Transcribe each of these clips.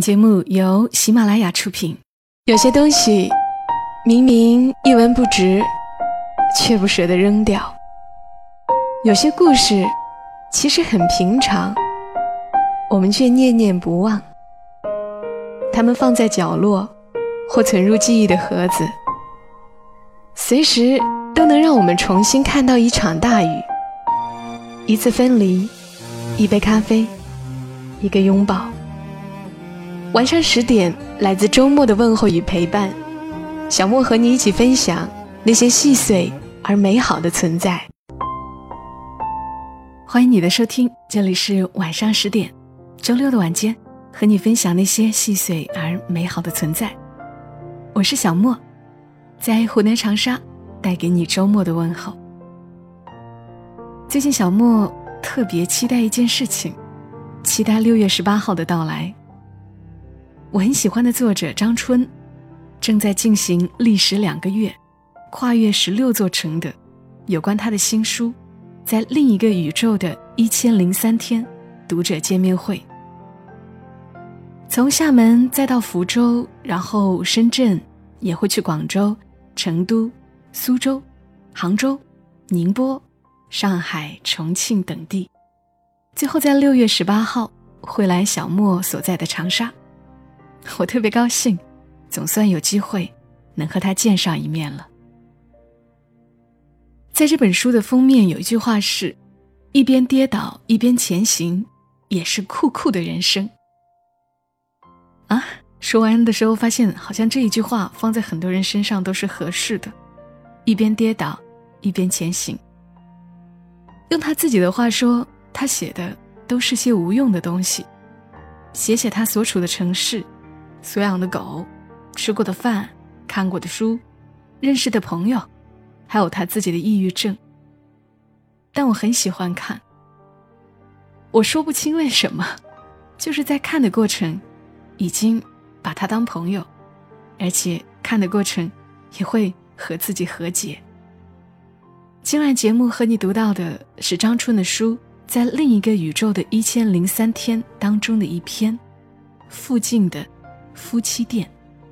节目由喜马拉雅出品。有些东西明明一文不值，却不舍得扔掉；有些故事其实很平常，我们却念念不忘。它们放在角落，或存入记忆的盒子，随时都能让我们重新看到一场大雨，一次分离，一杯咖啡，一个拥抱。晚上10点，来自周末的问候与陪伴，小莫和你一起分享那些细碎而美好的存在。欢迎你的收听，这里是晚上10点，周六的晚间，和你分享那些细碎而美好的存在。我是小莫，在湖南长沙带给你周末的问候。最近小莫特别期待一件事情，期待6月18号的到来。我很喜欢的作者张春正在进行历时2个月跨越16座城的有关他的新书在另一个宇宙的1003天读者见面会。从厦门再到福州，然后深圳，也会去广州、成都、苏州、杭州、宁波、上海、重庆等地，最后在6月18号会来小莫所在的长沙。我特别高兴，总算有机会能和他见上一面了。在这本书的封面有一句话是：一边跌倒一边前行，也是酷酷的人生。说完的时候发现好像这一句话放在很多人身上都是合适的，一边跌倒一边前行。用他自己的话说，他写的都是些无用的东西，写他所处的城市，所养的狗，吃过的饭，看过的书，认识的朋友，还有他自己的抑郁症。但我很喜欢看，我说不清为什么，就是在看的过程已经把他当朋友，而且看的过程也会和自己和解。今晚节目和你读到的是张春的书在另一个宇宙的1003天当中的一篇，附近的夫妻店。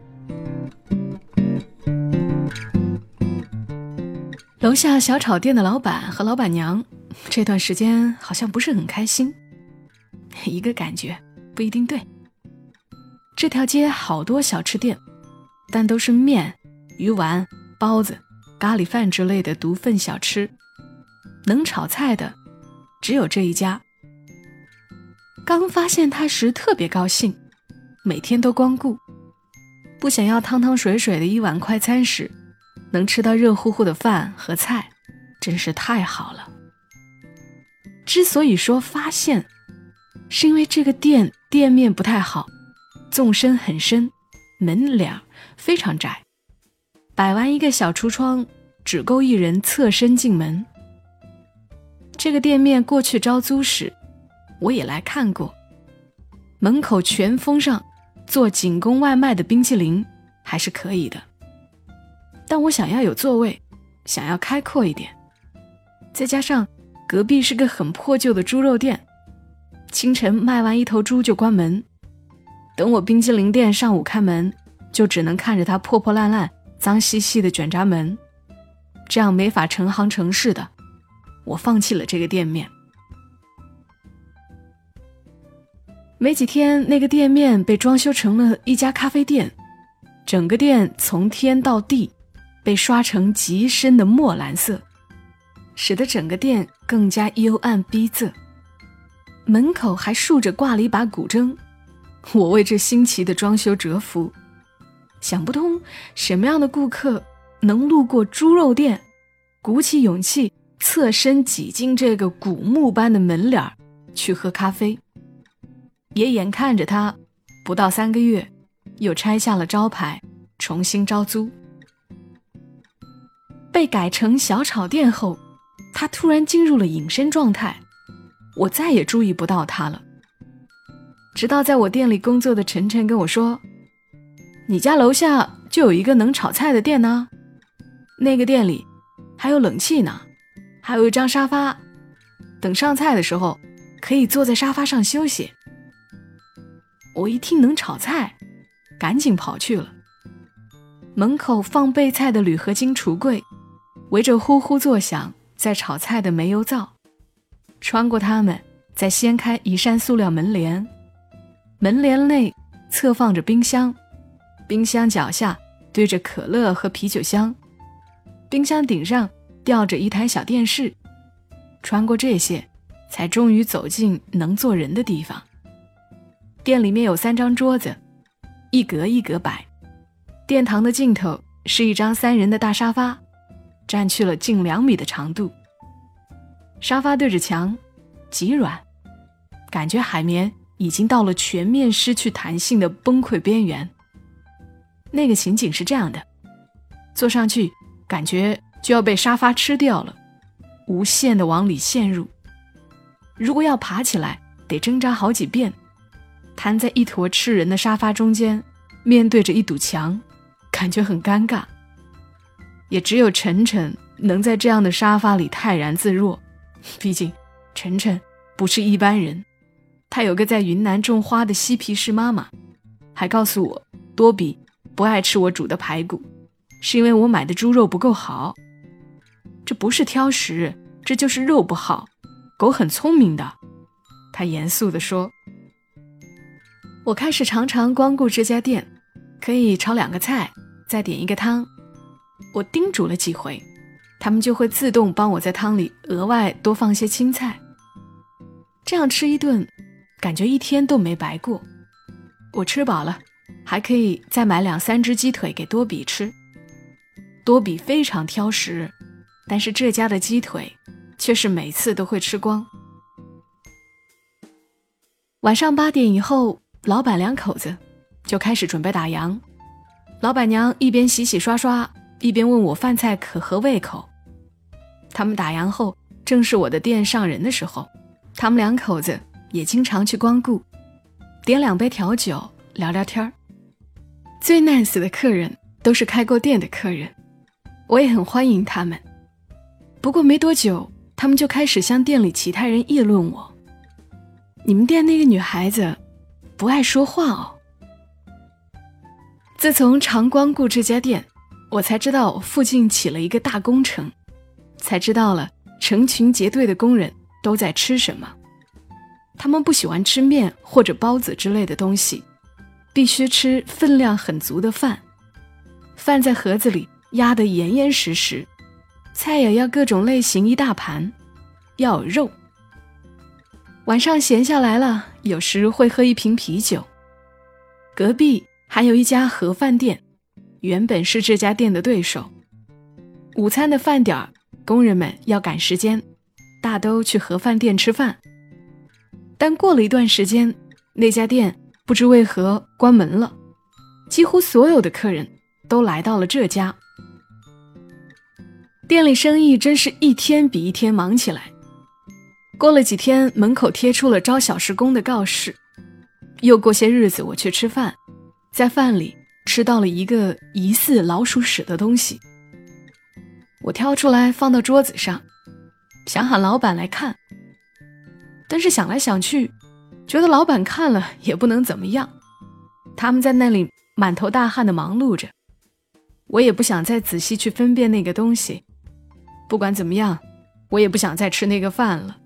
楼下小炒店的老板和老板娘这段时间好像不是很开心，一个感觉不一定对。这条街好多小吃店，但都是面、鱼丸、包子、咖喱饭之类的独份小吃，能炒菜的只有这一家。刚发现它时特别高兴，每天都光顾，不想要汤汤水水的一碗快餐时，能吃到热乎乎的饭和菜，真是太好了。之所以说发现，是因为这个店面不太好，纵深很深，门脸非常窄，摆完一个小橱窗，只够一人侧身进门。这个店面过去招租时，我也来看过，门口全封上做仅供外卖的冰淇淋还是可以的，但我想要有座位，想要开阔一点，再加上隔壁是个很破旧的猪肉店，清晨卖完一头猪就关门，等我冰淇淋店上午开门，就只能看着它破破烂烂脏兮兮的卷闸门，这样没法成行成市的，我放弃了这个店面。没几天，那个店面被装修成了一家咖啡店，整个店从天到地被刷成极深的墨蓝色，使得整个店更加幽暗逼仄。门口还竖着挂了一把古筝，我为这新奇的装修折服，想不通什么样的顾客能路过猪肉店，鼓起勇气侧身挤进这个古木般的门脸去喝咖啡。也眼看着他不到3个月又拆下了招牌，重新招租。被改成小炒店后，他突然进入了隐身状态，我再也注意不到他了。直到在我店里工作的晨晨跟我说，你家楼下就有一个能炒菜的店呢，那个店里还有冷气呢，还有一张沙发，等上菜的时候可以坐在沙发上休息。 我一听能炒菜，赶紧跑去了。门口放备菜的铝合金橱柜围着呼呼作响在炒菜的煤油灶，穿过它们，再掀开一扇塑料门帘，门帘内侧放着冰箱，冰箱脚下堆着可乐和啤酒箱，冰箱顶上吊着一台小电视。穿过这些，才终于走进能坐人的地方。店里面有3张桌子，一格一格摆，殿堂的尽头是一张3人的大沙发，占去了近2米的长度。沙发对着墙，极软，感觉海绵已经到了全面失去弹性的崩溃边缘。那个情景是这样的，坐上去感觉就要被沙发吃掉了，无限地往里陷入。如果要爬起来，得挣扎好几遍，瘫在一坨吃人的沙发中间，面对着一堵墙，感觉很尴尬。也只有晨晨能在这样的沙发里泰然自若，毕竟晨晨不是一般人，他有个在云南种花的嬉皮士妈妈，还告诉我多比不爱吃我煮的排骨，是因为我买的猪肉不够好。这不是挑食，这就是肉不好，狗很聪明的，他严肃地说。我开始常常光顾这家店，可以炒2个菜，再点一个汤。我叮嘱了几回，他们就会自动帮我在汤里额外多放些青菜。这样吃一顿，感觉一天都没白过。我吃饱了，还可以再买2-3只鸡腿给多比吃。多比非常挑食，但是这家的鸡腿却是每次都会吃光。晚上8点以后，老板2口子就开始准备打烊。老板娘一边洗洗刷刷，一边问我饭菜可合胃口。他们打烊后正是我的店上人的时候，他们2口子也经常去光顾，点2杯调酒，聊聊天。最 nice 的客人都是开过店的客人，我也很欢迎他们。不过没多久，他们就开始向店里其他人议论我，你们店那个女孩子不爱说话哦。自从常光顾这家店，我才知道附近起了一个大工程，才知道了成群结队的工人都在吃什么。他们不喜欢吃面或者包子之类的东西，必须吃分量很足的饭，饭在盒子里压得严严实实，菜也要各种类型一大盘，要有肉。晚上闲下来了，有时会喝一瓶啤酒。隔壁还有一家盒饭店，原本是这家店的对手。午餐的饭点，工人们要赶时间，大都去盒饭店吃饭。但过了一段时间，那家店不知为何关门了，几乎所有的客人都来到了这家。店里生意真是一天比一天忙起来。过了几天，门口贴出了招小时工的告示。又过些日子，我去吃饭，在饭里吃到了一个疑似老鼠屎的东西。我挑出来放到桌子上，想喊老板来看，但是想来想去，觉得老板看了也不能怎么样，他们在那里满头大汗地忙碌着，我也不想再仔细去分辨那个东西。不管怎么样，我也不想再吃那个饭了。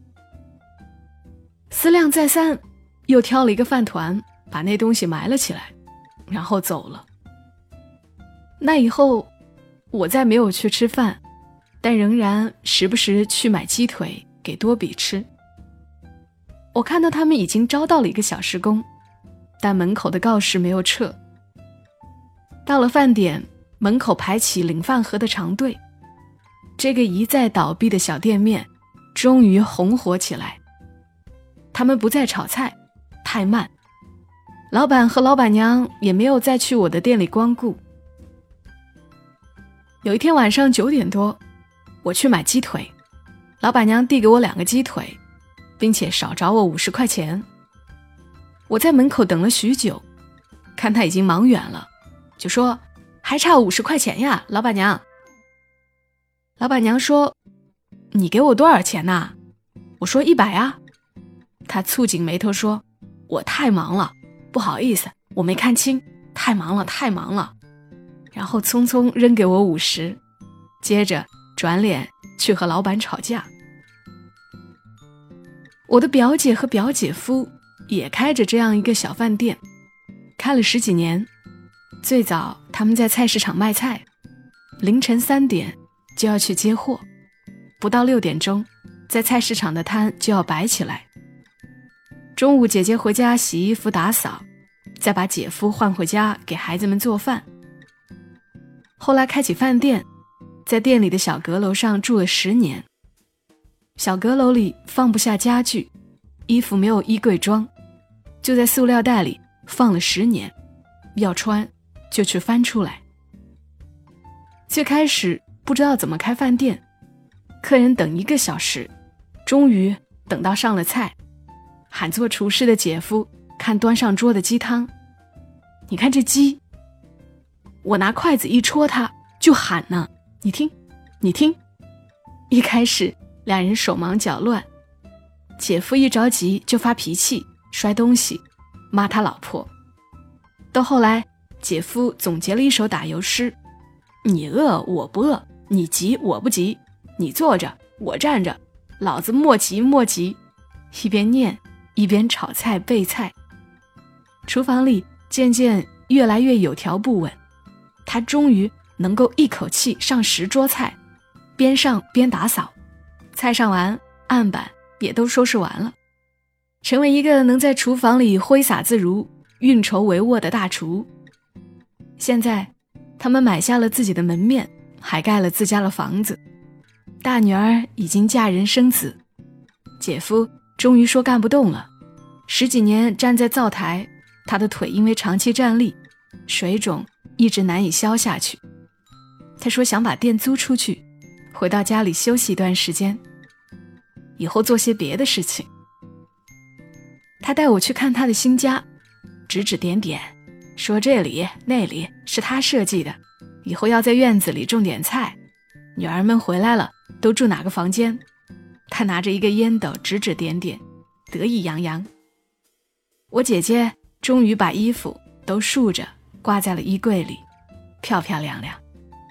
思量再三，又挑了一个饭团，把那东西埋了起来，然后走了。那以后我再没有去吃饭，但仍然时不时去买鸡腿给多比吃。我看到他们已经招到了一个小时工，但门口的告示没有撤。到了饭点，门口排起领饭盒的长队，这个一再倒闭的小店面终于红火起来。他们不再炒菜，太慢。老板和老板娘也没有再去我的店里光顾。有一天晚上9点多，我去买鸡腿，老板娘递给我2个鸡腿，并且少找我50块钱。我在门口等了许久，看他已经忙远了，就说还差50块钱呀，老板娘。老板娘说，你给我多少钱呐？我说100啊。他蹙紧眉头说，我太忙了， 不好意思，我没看清，太忙了。然后匆匆扔给我50，接着转脸去和老板吵架。我的表姐和表姐夫也开着这样一个小饭店，开了10几年。最早他们在菜市场卖菜，凌晨3点就要去接货，不到6点钟，在菜市场的摊就要摆起来。中午姐姐回家洗衣服打扫，再把姐夫换回家给孩子们做饭。后来开起饭店，在店里的小阁楼上住了10年。小阁楼里放不下家具，衣服没有衣柜装，就在塑料袋里放了10年，要穿就去翻出来。最开始不知道怎么开饭店，客人等1个小时，终于等到上了菜，喊做厨师的姐夫看端上桌的鸡汤，你看这鸡，我拿筷子一戳它就喊呢，你听。一开始两人手忙脚乱，姐夫一着急就发脾气，摔东西，骂他老婆。到后来姐夫总结了一首打油诗，你饿我不饿，你急我不急，你坐着我站着，老子莫急，一边念一边炒菜备菜。厨房里渐渐越来越有条不紊，他终于能够一口气上10桌菜，边上边打扫，菜上完，案板也都收拾完了，成为一个能在厨房里挥洒自如、运筹帷幄的大厨。现在他们买下了自己的门面，还盖了自家的房子，大女儿已经嫁人生子，姐夫终于说干不动了，10几年站在灶台，他的腿因为长期站立，水肿一直难以消下去。他说想把店租出去，回到家里休息一段时间，以后做些别的事情。他带我去看他的新家，指指点点，说这里那里是他设计的，以后要在院子里种点菜，女儿们回来了都住哪个房间。他拿着一个烟斗指指点点，得意洋洋。我姐姐终于把衣服都竖着挂在了衣柜里，漂漂亮亮。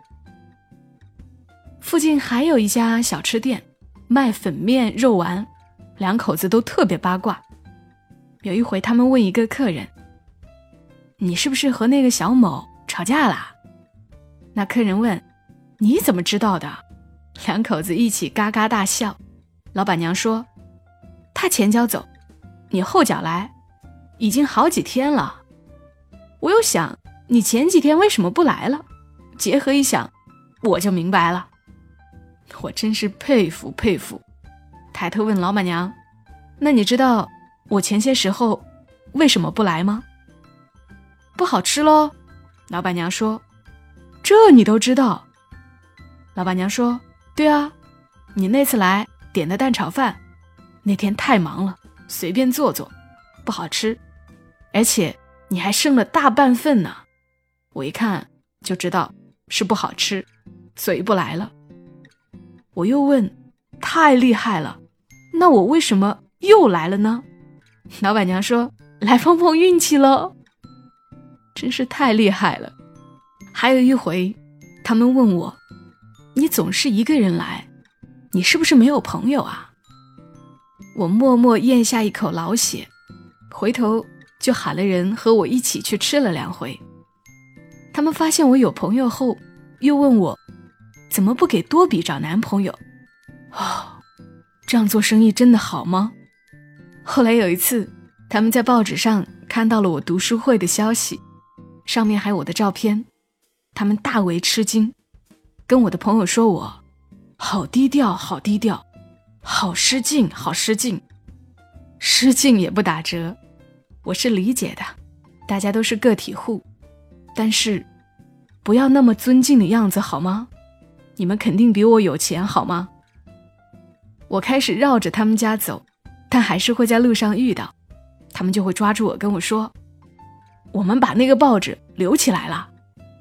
附近还有一家小吃店，卖粉面肉丸，两口子都特别八卦。有一回他们问一个客人，你是不是和那个小某吵架啦？那客人问，你怎么知道的？两口子一起嘎嘎大笑。老板娘说，他前脚走，你后脚来，已经好几天了。我又想，你前几天为什么不来了？结合一想，我就明白了。我真是佩服。抬头问老板娘，那你知道我前些时候为什么不来吗？不好吃咯。老板娘说，这你都知道？老板娘说，对啊，你那次来点的蛋炒饭，那天太忙了，随便做不好吃，而且你还剩了大半份呢，我一看就知道是不好吃，所以不来了。我又问，太厉害了，那我为什么又来了呢？老板娘说，来碰碰运气咯。真是太厉害了。还有一回他们问我，你总是一个人来，你是不是没有朋友啊？我默默咽下一口老血，回头就喊了人和我一起去吃了2回。他们发现我有朋友后，又问我怎么不给多比找男朋友。这样做生意真的好吗？后来有一次，他们在报纸上看到了我读书会的消息，上面还有我的照片，他们大为吃惊，跟我的朋友说我好低调，好失敬，失敬也不打折。我是理解的，大家都是个体户，但是不要那么尊敬的样子好吗？你们肯定比我有钱好吗？我开始绕着他们家走，但还是会在路上遇到，他们就会抓住我跟我说，我们把那个报纸留起来了。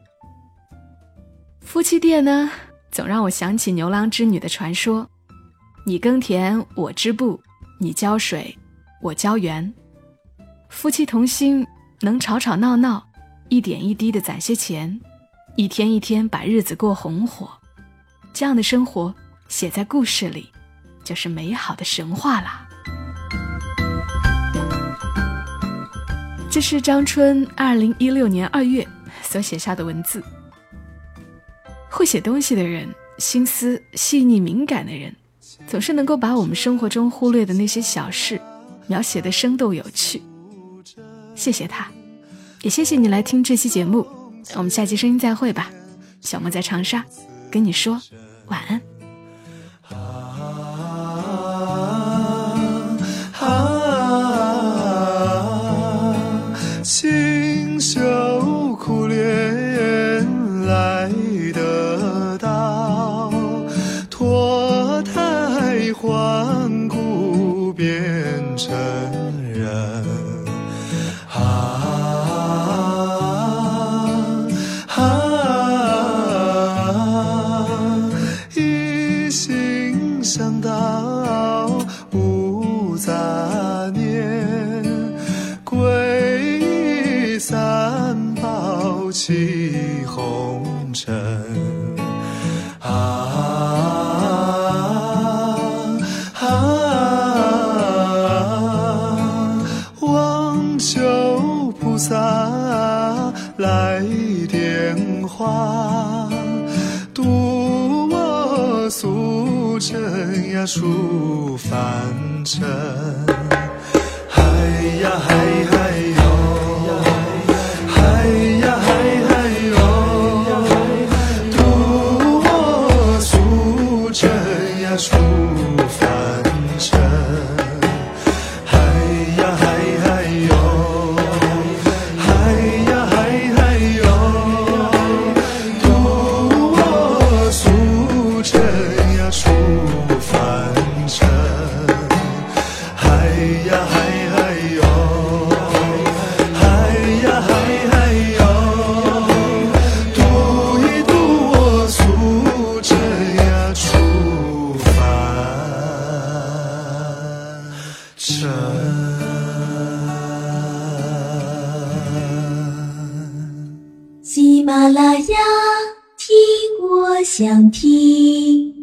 夫妻店呢，总让我想起牛郎织女的传说，你耕田我织布，你浇水我浇园，夫妻同心能吵吵闹闹，一点一滴地攒些钱，一天一天把日子过红火，这样的生活写在故事里，就是美好的神话啦。这是张春2016年2月所写下的文字。会写东西的人，心思细腻敏感的人，总是能够把我们生活中忽略的那些小事描写得生动有趣。谢谢他，也谢谢你来听这期节目，我们下期声音再会吧。小莫在长沙跟你说晚安。 清秀苦恋来得到，脱胎换骨变成人。一心向道无杂念，归三宝弃红尘。望求菩萨来点化，渡我俗尘呀出凡尘。嗨呀嗨嗨哟，嗨呀嗨嗨哟，渡我俗尘呀出凡尘。嗨呀嗨嗨哟，嗨呀嗨嗨哟，渡我俗尘呀出凡尘。嗨呀嗨嗨哟，嗨呀嗨嗨哟，渡一渡我俗尘呀出凡尘。 喜马拉雅，听我想听。